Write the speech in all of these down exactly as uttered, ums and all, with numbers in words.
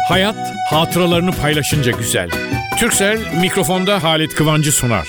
Hayat hatıralarını paylaşınca güzel. Turkcell mikrofonda Halit Kıvancı sunar.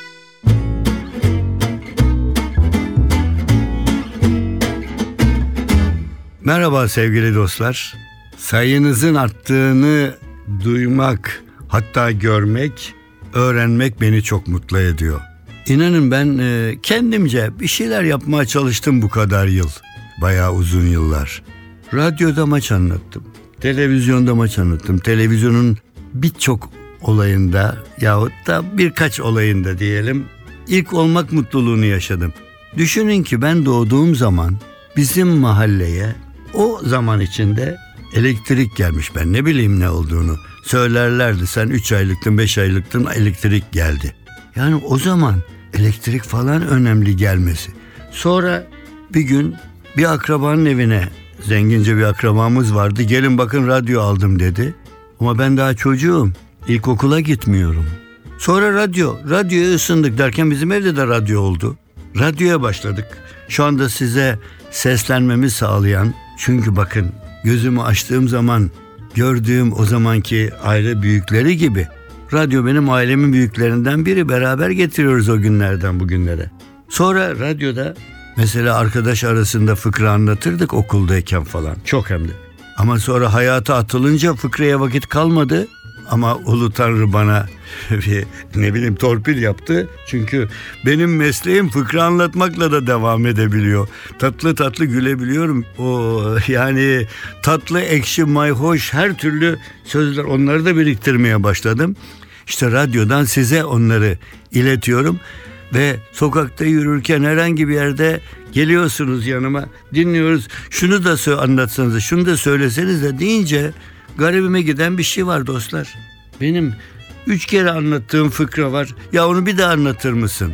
Merhaba sevgili dostlar. Sayınızın arttığını duymak, hatta görmek, öğrenmek beni çok mutlu ediyor. İnanın ben e, kendimce bir şeyler yapmaya çalıştım bu kadar yıl. Bayağı uzun yıllar. Radyoda maç anlattım. Televizyonda maç anlattım. Televizyonun birçok olayında yahut da birkaç olayında diyelim ilk olmak mutluluğunu yaşadım. Düşünün ki ben doğduğum zaman bizim mahalleye o zaman içinde elektrik gelmiş. Ben ne bileyim ne olduğunu. Söylerlerdi, sen üç aylıktın beş aylıktın elektrik geldi. Yani o zaman elektrik falan önemli gelmesi. Sonra bir gün bir akrabanın evine, zengince bir akrabamız vardı. Gelin bakın radyo aldım dedi. Ama ben daha çocuğum. İlkokula gitmiyorum. Sonra radyo, radyoya ısındık derken bizim evde de radyo oldu. Radyoya başladık. Şu anda size seslenmemi sağlayan, çünkü bakın gözümü açtığım zaman gördüğüm o zamanki aile büyükleri gibi, radyo benim ailemin büyüklerinden biri, beraber getiriyoruz o günlerden bugünlere. Sonra radyoda mesela arkadaş arasında fıkra anlatırdık okuldayken falan, çok hem de. Ama sonra hayata atılınca fıkraya vakit kalmadı. Ama Ulu Tanrı bana bir ne bileyim torpil yaptı. Çünkü benim mesleğim fıkra anlatmakla da devam edebiliyor. Tatlı tatlı gülebiliyorum. O yani tatlı, ekşi, mayhoş her türlü sözler, onları da biriktirmeye başladım. İşte radyodan size onları iletiyorum. Ve sokakta yürürken herhangi bir yerde geliyorsunuz yanıma, dinliyoruz. Şunu da sö- anlatsanız, şunu da söyleseniz de deyince garibime giden bir şey var dostlar. Benim üç kere anlattığım fıkra var. Ya onu bir daha anlatır mısın?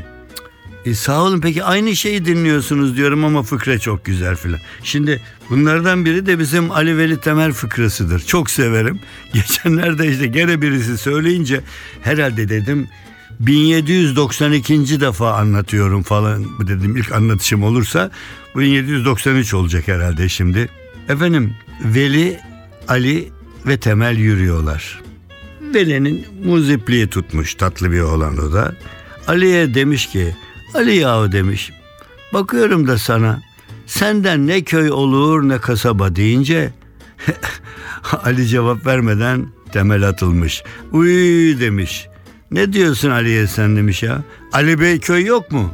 E sağ olun, peki aynı şeyi dinliyorsunuz diyorum ama fıkra çok güzel filan. Şimdi bunlardan biri de bizim Ali Veli Temel fıkrasıdır. Çok severim. Geçenlerde işte gene birisi söyleyince herhalde dedim bin yedi yüz doksan ikinci defa anlatıyorum falan dedim, ilk anlatışım olursa bin yedi yüz doksan üç olacak herhalde şimdi. Efendim, Veli, Ali ve Temel yürüyorlar. Veli'nin muzipliği tutmuş, tatlı bir oğlan o da. Ali'ye demiş ki, Ali yahu demiş, bakıyorum da sana, senden ne köy olur ne kasaba deyince Ali cevap vermeden Temel atılmış. Uy demiş. Ne diyorsun Ali'ye sen demiş ya. Ali Bey köy yok mu?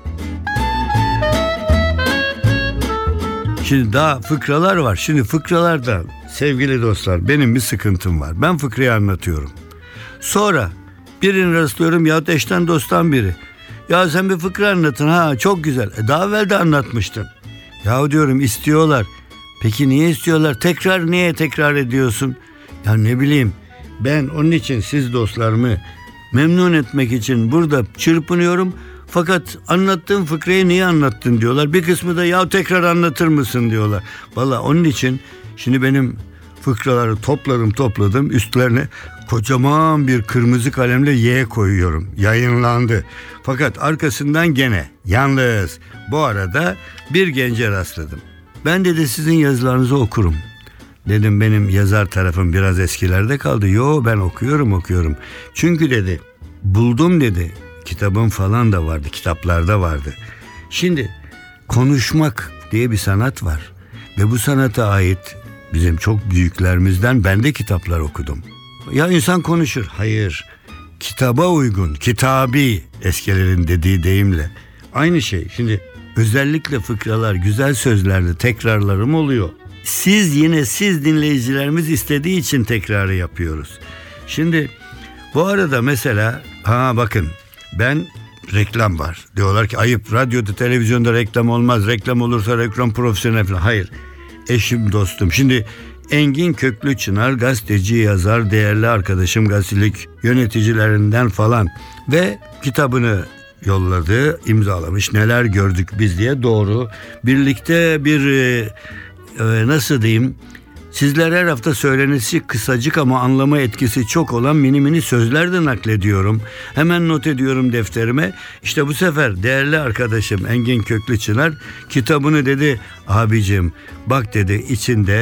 Şimdi daha fıkralar var. Şimdi fıkralarda sevgili dostlar benim bir sıkıntım var. Ben fıkrayı anlatıyorum. Sonra birini rastlıyorum yahut eşten dosttan biri. Ya sen bir fıkra anlatın, ha çok güzel. E daha evvel de anlatmıştın. Yahu diyorum istiyorlar. Peki niye istiyorlar? Tekrar niye tekrar ediyorsun? Ya ne bileyim, ben onun için siz dostlarımı memnun etmek için burada çırpınıyorum. Fakat anlattığım fıkrayı niye anlattın diyorlar. Bir kısmı da ya tekrar anlatır mısın diyorlar. Vallahi onun için şimdi benim fıkraları topladım topladım üstlerine kocaman bir kırmızı kalemle Y koyuyorum. Yayınlandı. Fakat arkasından gene yalnız bu arada bir gence rastladım. Ben dedi sizin yazılarınızı okurum. Dedim benim yazar tarafım biraz eskilerde kaldı. Yo ben okuyorum okuyorum. Çünkü dedi buldum dedi. Kitabım falan da vardı. Kitaplarda vardı. Şimdi konuşmak diye bir sanat var. Ve bu sanata ait bizim çok büyüklerimizden ben de kitaplar okudum. Ya insan konuşur. Hayır. Kitaba uygun. Kitabi eskilerin dediği deyimle. Aynı şey. Şimdi özellikle fıkralar, güzel sözlerde tekrarlarım oluyor. Siz yine siz dinleyicilerimiz istediği için tekrarı yapıyoruz. Şimdi bu arada mesela ha bakın ben reklam var. Diyorlar ki ayıp, radyoda televizyonda reklam olmaz. Reklam olursa reklam profesyonel falan. Hayır. Eşim dostum. Şimdi Engin Köklüçınar gazeteci, yazar, değerli arkadaşım, gazetecilik yöneticilerinden falan ve kitabını yolladı, imzalamış. Neler gördük biz diye, doğru. Birlikte bir e, e, nasıl diyeyim, sizlere her hafta söylenesi kısacık ama anlama etkisi çok olan mini mini sözler de naklediyorum. Hemen not ediyorum defterime. İşte bu sefer değerli arkadaşım Engin Köklüçınar kitabını dedi, abicim bak dedi, içinde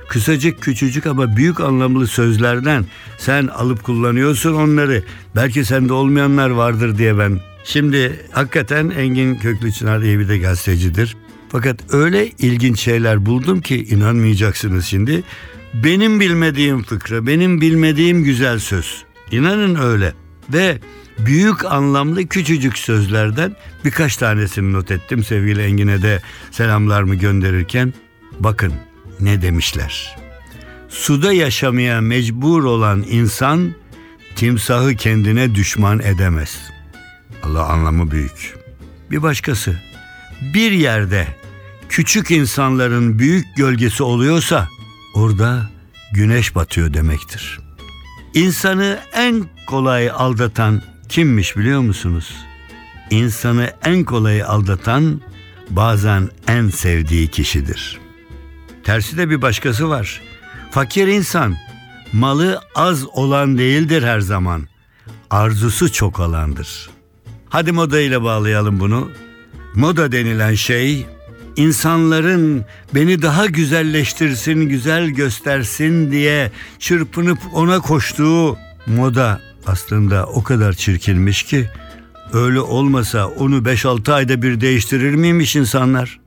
kısacık küçücük ama büyük anlamlı sözlerden sen alıp kullanıyorsun onları. Belki sende olmayanlar vardır diye ben. Şimdi hakikaten Engin Köklüçınar iyi bir de gazetecidir. Fakat öyle ilginç şeyler buldum ki inanmayacaksınız şimdi. Benim bilmediğim fıkra, benim bilmediğim güzel söz. İnanın öyle. Ve büyük anlamlı küçücük sözlerden birkaç tanesini not ettim. Sevgili Engin'e de selamlarımı gönderirken bakın ne demişler. Suda yaşamaya mecbur olan insan timsahı kendine düşman edemez. Allah, anlamı büyük. Bir başkası, bir yerde küçük insanların büyük gölgesi oluyorsa orada güneş batıyor demektir. İnsanı en kolay aldatan kimmiş biliyor musunuz? İnsanı en kolay aldatan bazen en sevdiği kişidir. Tersi de bir başkası var. Fakir insan malı az olan değildir her zaman. Arzusu çok olandır. Hadi moda ile bağlayalım bunu. Moda denilen şey insanların beni daha güzelleştirsin, güzel göstersin diye çırpınıp ona koştuğu moda aslında o kadar çirkinmiş ki öyle olmasa onu beş altı ayda bir değiştirir miymiş insanlar?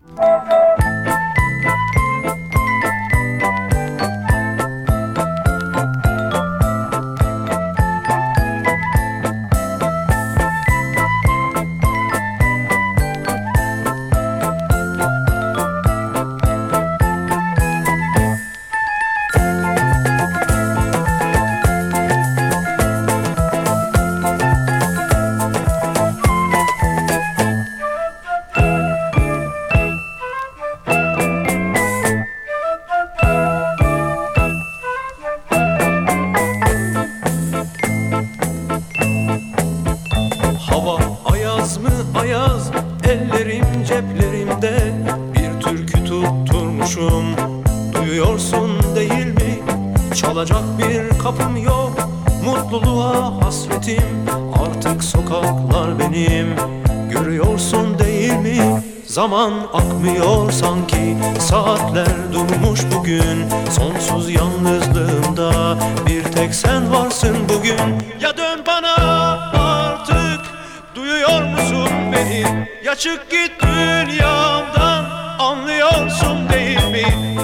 Duyuyorsun değil mi? Çalacak bir kapım yok. Mutluluğa hasretim. Artık sokaklar benim. Görüyorsun değil mi? Zaman akmıyor sanki. Saatler durmuş bugün. Sonsuz yalnızlığımda bir tek sen varsın bugün. Ya dön bana artık. Duyuyor musun beni? Ya çık git dünyamdan. Anlıyorsun değil mi?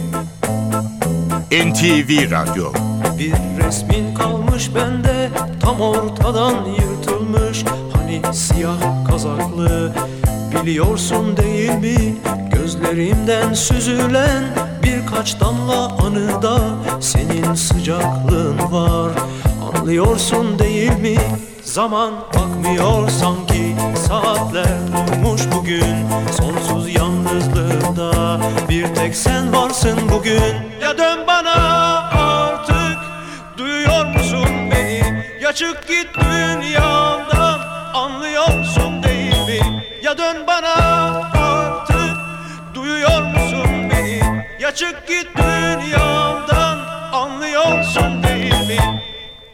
N T V Radyo. Bir resmin kalmış bende, tam ortadan yırtılmış. Hani siyah kazaklı, biliyorsun değil mi? Gözlerimden süzülen birkaç damla anıda senin sıcaklığın var. Anlıyorsun değil mi? Zaman akmıyor sanki. Saatler durmuş bugün. Sonsuz yalnızlığımda bir tek sen varsın bugün. Ya dön bana artık. Duyuyor musun beni? Ya çık git dünyamdan. Anlıyorsun değil mi? Ya dön bana artık. Duyuyor musun beni? Ya çık git dünyamdan. Anlıyorsun değil mi?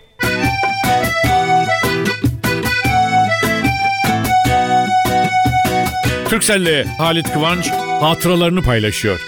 Turkcell'le Halit Kıvanç hatıralarını paylaşıyor.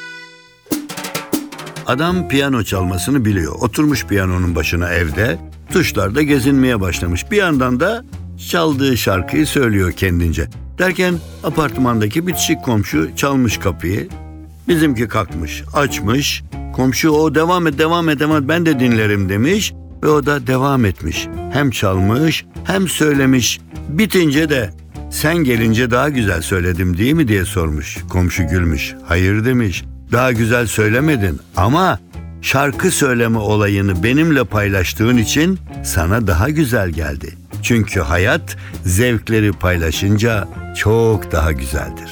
Adam piyano çalmasını biliyor. Oturmuş piyanonun başına evde, tuşlarda gezinmeye başlamış. Bir yandan da çaldığı şarkıyı söylüyor kendince. Derken apartmandaki bitişik komşu çalmış kapıyı. Bizimki kalkmış, açmış. Komşu o devam et, devam et, devam et, ben de dinlerim demiş. Ve o da devam etmiş. Hem çalmış hem söylemiş. Bitince de sen gelince daha güzel söyledim değil mi diye sormuş. Komşu gülmüş. Hayır demiş. Daha güzel söylemedin ama şarkı söyleme olayını benimle paylaştığın için sana daha güzel geldi. Çünkü hayat zevkleri paylaşınca çok daha güzeldir.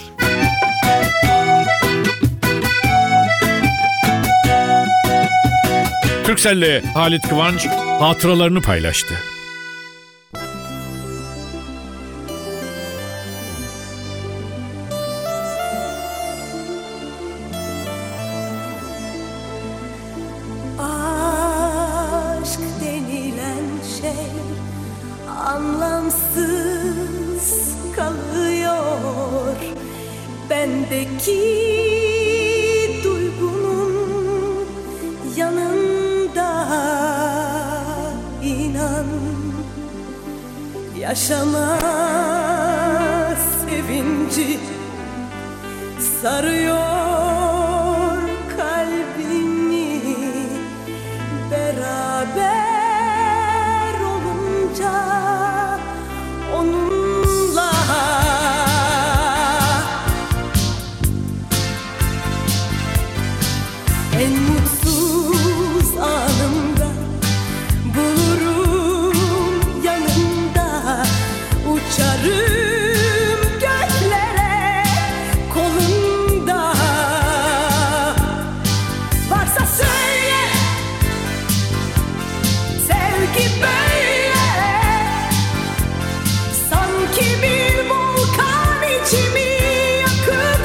Turkcell'le Halit Kıvanç hatıralarını paylaştı. Anlamsız kalıyor bendeki duygunun yaşama sevinci sarıyor kalbimi, beraber olunca onunla. En mutsuz anımda bulurum yanımda, uçarım göklere kolunda. Varsa söyle, sevgi böyle, sanki bir volkan içimi yakıp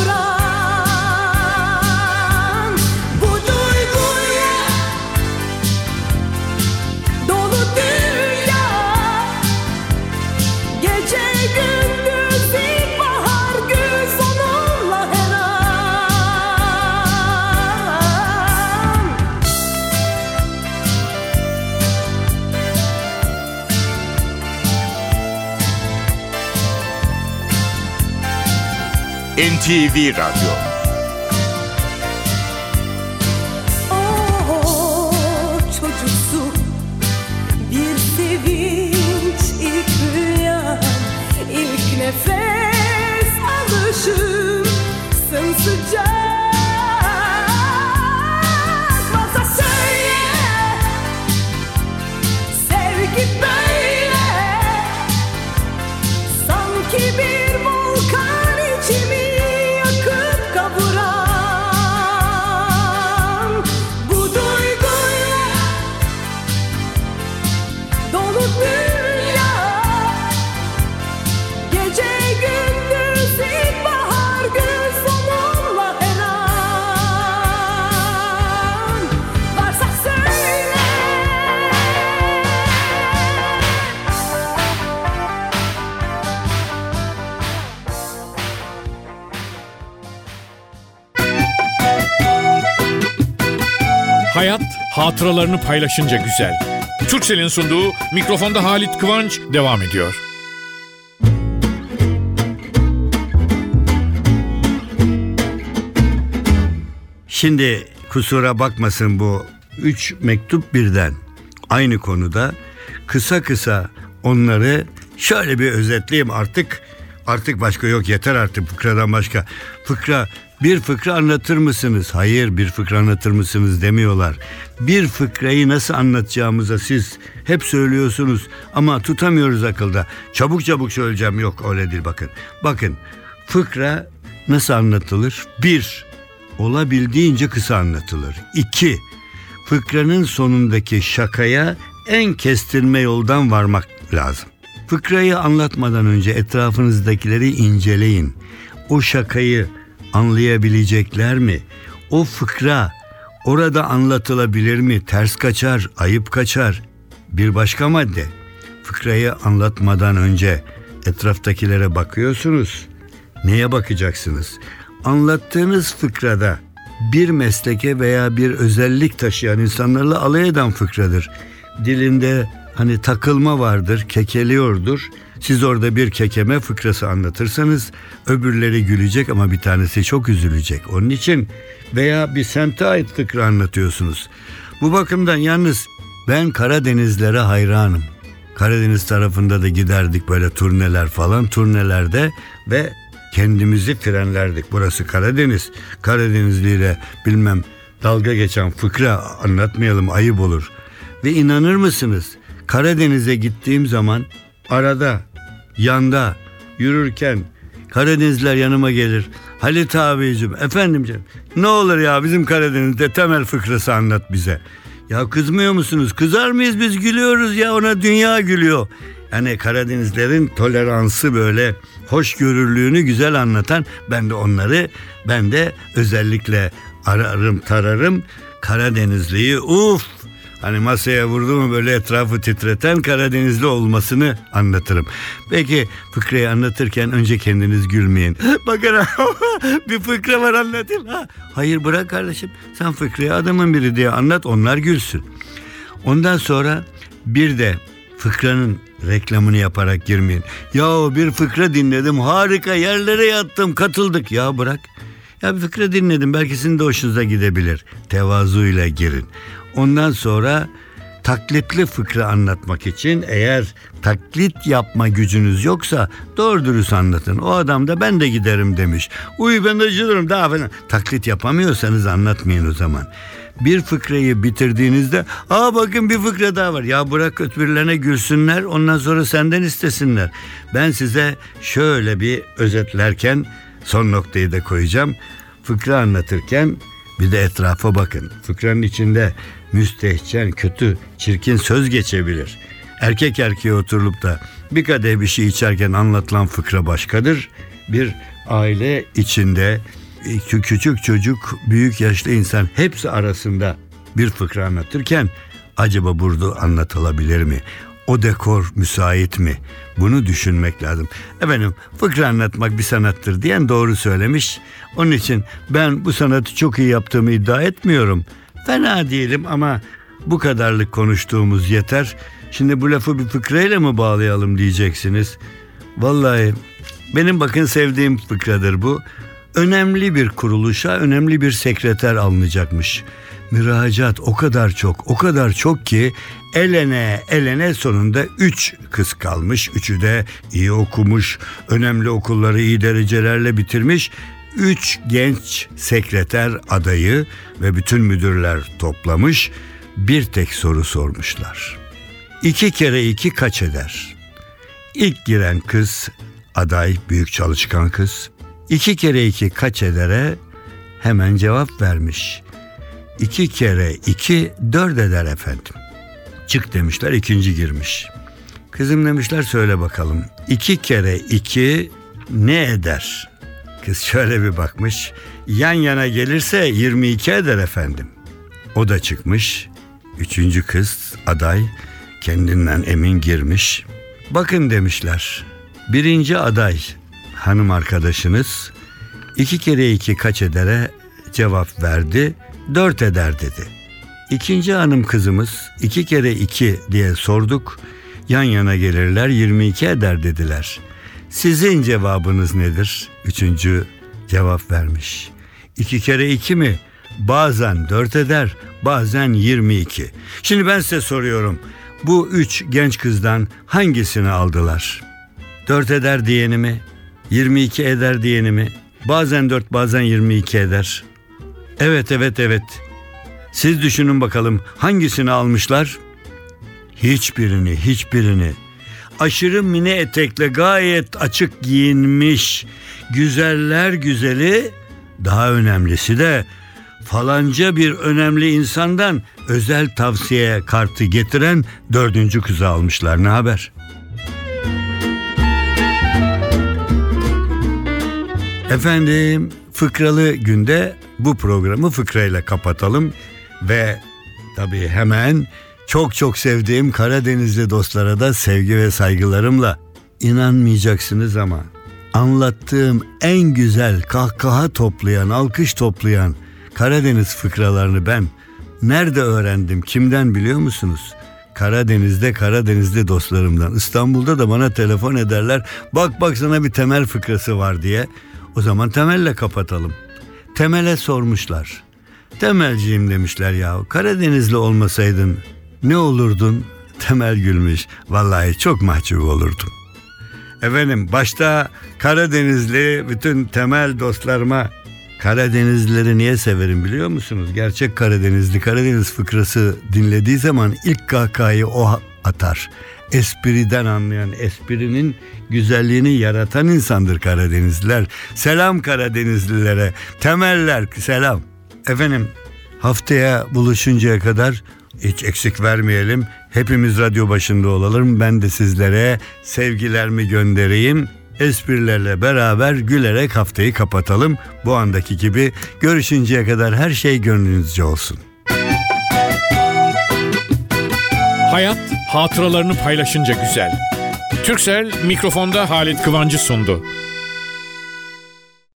kavuran. Bu duyguyla dolu dünya, gece gündüz ilkbahar güz onunla her an. N T V Radyo. Oh, çocuksu bir sevinç, ilk rüyam, ilk nefes alışım, sımsıcak. Varsa söyle, sevgi böyle, sanki bir volkan içimi yakıp kavuran. Bu duyguyla dolu dünya, gece gündüz ilkbahar güz onunla her an. Varsa söyle. Hayat hatıralarını paylaşınca güzel. Turkcell'in sunduğu Mikrofonda Halit Kıvanç devam ediyor. Şimdi kusura bakmasın bu üç mektup birden aynı konuda, kısa kısa onları şöyle bir özetleyeyim artık. Artık başka yok, yeter artık fıkradan başka. Fıkra, bir fıkra anlatır mısınız? Hayır, bir fıkra anlatır mısınız demiyorlar. Bir fıkrayı nasıl anlatacağımıza siz hep söylüyorsunuz ama tutamıyoruz akılda. Çabuk çabuk söyleyeceğim, yok öyle değil bakın. Bakın, fıkra nasıl anlatılır? Bir, olabildiğince kısa anlatılır. İki, fıkranın sonundaki şakaya en kestirme yoldan varmak lazım. Fıkrayı anlatmadan önce etrafınızdakileri inceleyin. O şakayı anlayabilecekler mi? O fıkra orada anlatılabilir mi? Ters kaçar, ayıp kaçar. Bir başka madde, fıkrayı anlatmadan önce etraftakilere bakıyorsunuz. Neye bakacaksınız? Anlattığınız fıkrada bir mesleke veya bir özellik taşıyan insanlarla alay eden fıkradır. Dilinde hani takılma vardır, kekeliyordur. Siz orada bir kekeme fıkrası anlatırsanız öbürleri gülecek ama bir tanesi çok üzülecek. Onun için veya bir semte ait fıkra anlatıyorsunuz. Bu bakımdan yalnız ben Karadenizlere hayranım. Karadeniz tarafında da giderdik böyle turneler falan, turnelerde ve kendimizi frenlerdik. Burası Karadeniz. Karadenizliyle bilmem dalga geçen fıkra anlatmayalım, ayıp olur. Ve inanır mısınız? Karadeniz'e gittiğim zaman arada, yanda yürürken Karadenizler yanıma gelir. Halit abicim, efendim canım, ne olur ya bizim Karadeniz'de temel fıkrası anlat bize. Ya kızmıyor musunuz? Kızar mıyız, biz gülüyoruz ya, ona dünya gülüyor. Yani Karadenizlerin toleransı, böyle hoşgörülüğünü güzel anlatan, ben de onları, ben de özellikle ararım tararım Karadenizliyi, uf hani masaya vurdu mu böyle etrafı titreten Karadenizli olmasını anlatırım. Peki fıkrayı anlatırken önce kendiniz gülmeyin. Bakın bir fıkra var anlatayım. Ha, hayır bırak kardeşim, sen fıkrayı adamın biri diye anlat, onlar gülsün. Ondan sonra bir de fıkranın reklamını yaparak girmeyin. Ya bir fıkra dinledim, harika, yerlere yattım, katıldık. Ya bırak. Ya bir fıkra dinledim, belki sizin de hoşunuza gidebilir. Tevazuyla girin. Ondan sonra taklitli fıkra anlatmak için eğer taklit yapma gücünüz yoksa doğru dürüst anlatın. O adam da ben de giderim demiş. Uy ben de giderim daha falan. Taklit yapamıyorsanız anlatmayın o zaman. Bir fıkrayı bitirdiğinizde aa bakın bir fıkra daha var. Ya bırak öbürlerine gülsünler, ondan sonra senden istesinler. Ben size şöyle bir özetlerken son noktayı da koyacağım. Fıkra anlatırken bir de etrafa bakın. Fıkranın içinde müstehcen, kötü, çirkin söz geçebilir. Erkek erkeğe oturulup da bir kadeh bir şey içerken anlatılan fıkra başkadır. Bir aile içinde küçük çocuk, büyük yaşlı insan hepsi arasında bir fıkra anlatırken acaba burada anlatılabilir mi? O dekor müsait mi? Bunu düşünmek lazım. Efendim fıkra anlatmak bir sanattır diyen doğru söylemiş. Onun için ben bu sanatı çok iyi yaptığımı iddia etmiyorum. Fena değilim ama bu kadarlık konuştuğumuz yeter. Şimdi bu lafı bir fıkrayla mı bağlayalım diyeceksiniz. Vallahi benim bakın sevdiğim fıkradır bu. Önemli bir kuruluşa önemli bir sekreter alınacakmış. Müracaat o kadar çok, o kadar çok ki elene elene sonunda üç kız kalmış. Üçü de iyi okumuş, önemli okulları iyi derecelerle bitirmiş. Üç genç sekreter adayı ve bütün müdürler toplamış. Bir tek soru sormuşlar. İki kere iki kaç eder? İlk giren kız, aday, büyük çalışkan kız. İki kere iki kaç edere hemen cevap vermiş. İki kere iki dört eder efendim. Çık demişler, ikinci girmiş. Kızım demişler söyle bakalım. İki kere iki ne eder? Kız şöyle bir bakmış. Yan yana gelirse yirmi iki eder efendim. O da çıkmış. Üçüncü kız aday kendinden emin girmiş. Bakın demişler. Birinci aday hanım arkadaşınız iki kere iki kaç edere cevap verdi. Dört eder dedi. İkinci hanım kızımız iki kere iki diye sorduk. Yan yana gelirler yirmi iki eder dediler. Sizin cevabınız nedir? Üçüncü cevap vermiş. İki kere iki mi? Bazen dört eder, bazen yirmi iki. Şimdi ben size soruyorum. Bu üç genç kızdan hangisini aldılar? Dört eder diyeni mi? yirmi iki eder diyeni mi? Bazen dört, bazen yirmi iki eder. Evet, evet, evet. Siz düşünün bakalım hangisini almışlar? Hiçbirini, hiçbirini. Aşırı mini etekle gayet açık giyinmiş, güzeller güzeli, daha önemlisi de falanca bir önemli insandan özel tavsiye kartı getiren dördüncü kızı almışlar. Ne haber? Efendim, fıkralı günde bu programı fıkrayla kapatalım ve tabii hemen çok çok sevdiğim Karadenizli dostlara da sevgi ve saygılarımla, inanmayacaksınız ama anlattığım en güzel kahkaha toplayan, alkış toplayan Karadeniz fıkralarını ben nerede öğrendim, kimden biliyor musunuz? Karadeniz'de Karadenizli dostlarımdan. İstanbul'da da bana telefon ederler. Bak bak sana bir Temel fıkrası var diye. O zaman Temel'le kapatalım. Temel'e sormuşlar. Temelciğim demişler ya, Karadenizli olmasaydın ne olurdun? Temel gülmüş. Vallahi çok mahcup olurdum. Efendim başta Karadenizli bütün Temel dostlarıma, Karadenizlileri niye severim biliyor musunuz? Gerçek Karadenizli Karadeniz fıkrası dinlediği zaman ilk kahkahayı o atar. Espriden anlayan, esprinin güzelliğini yaratan insandır Karadenizliler. Selam Karadenizlilere, Temeller selam. Efendim haftaya buluşuncaya kadar hiç eksik vermeyelim. Hepimiz radyo başında olalım. Ben de sizlere sevgilerimi göndereyim. Esprilerle beraber gülerek haftayı kapatalım. Bu andaki gibi görüşünceye kadar her şey gönlünüzce olsun. Hayat hatıralarını paylaşınca güzel. Türksel mikrofonda Halit Kıvancı sundu.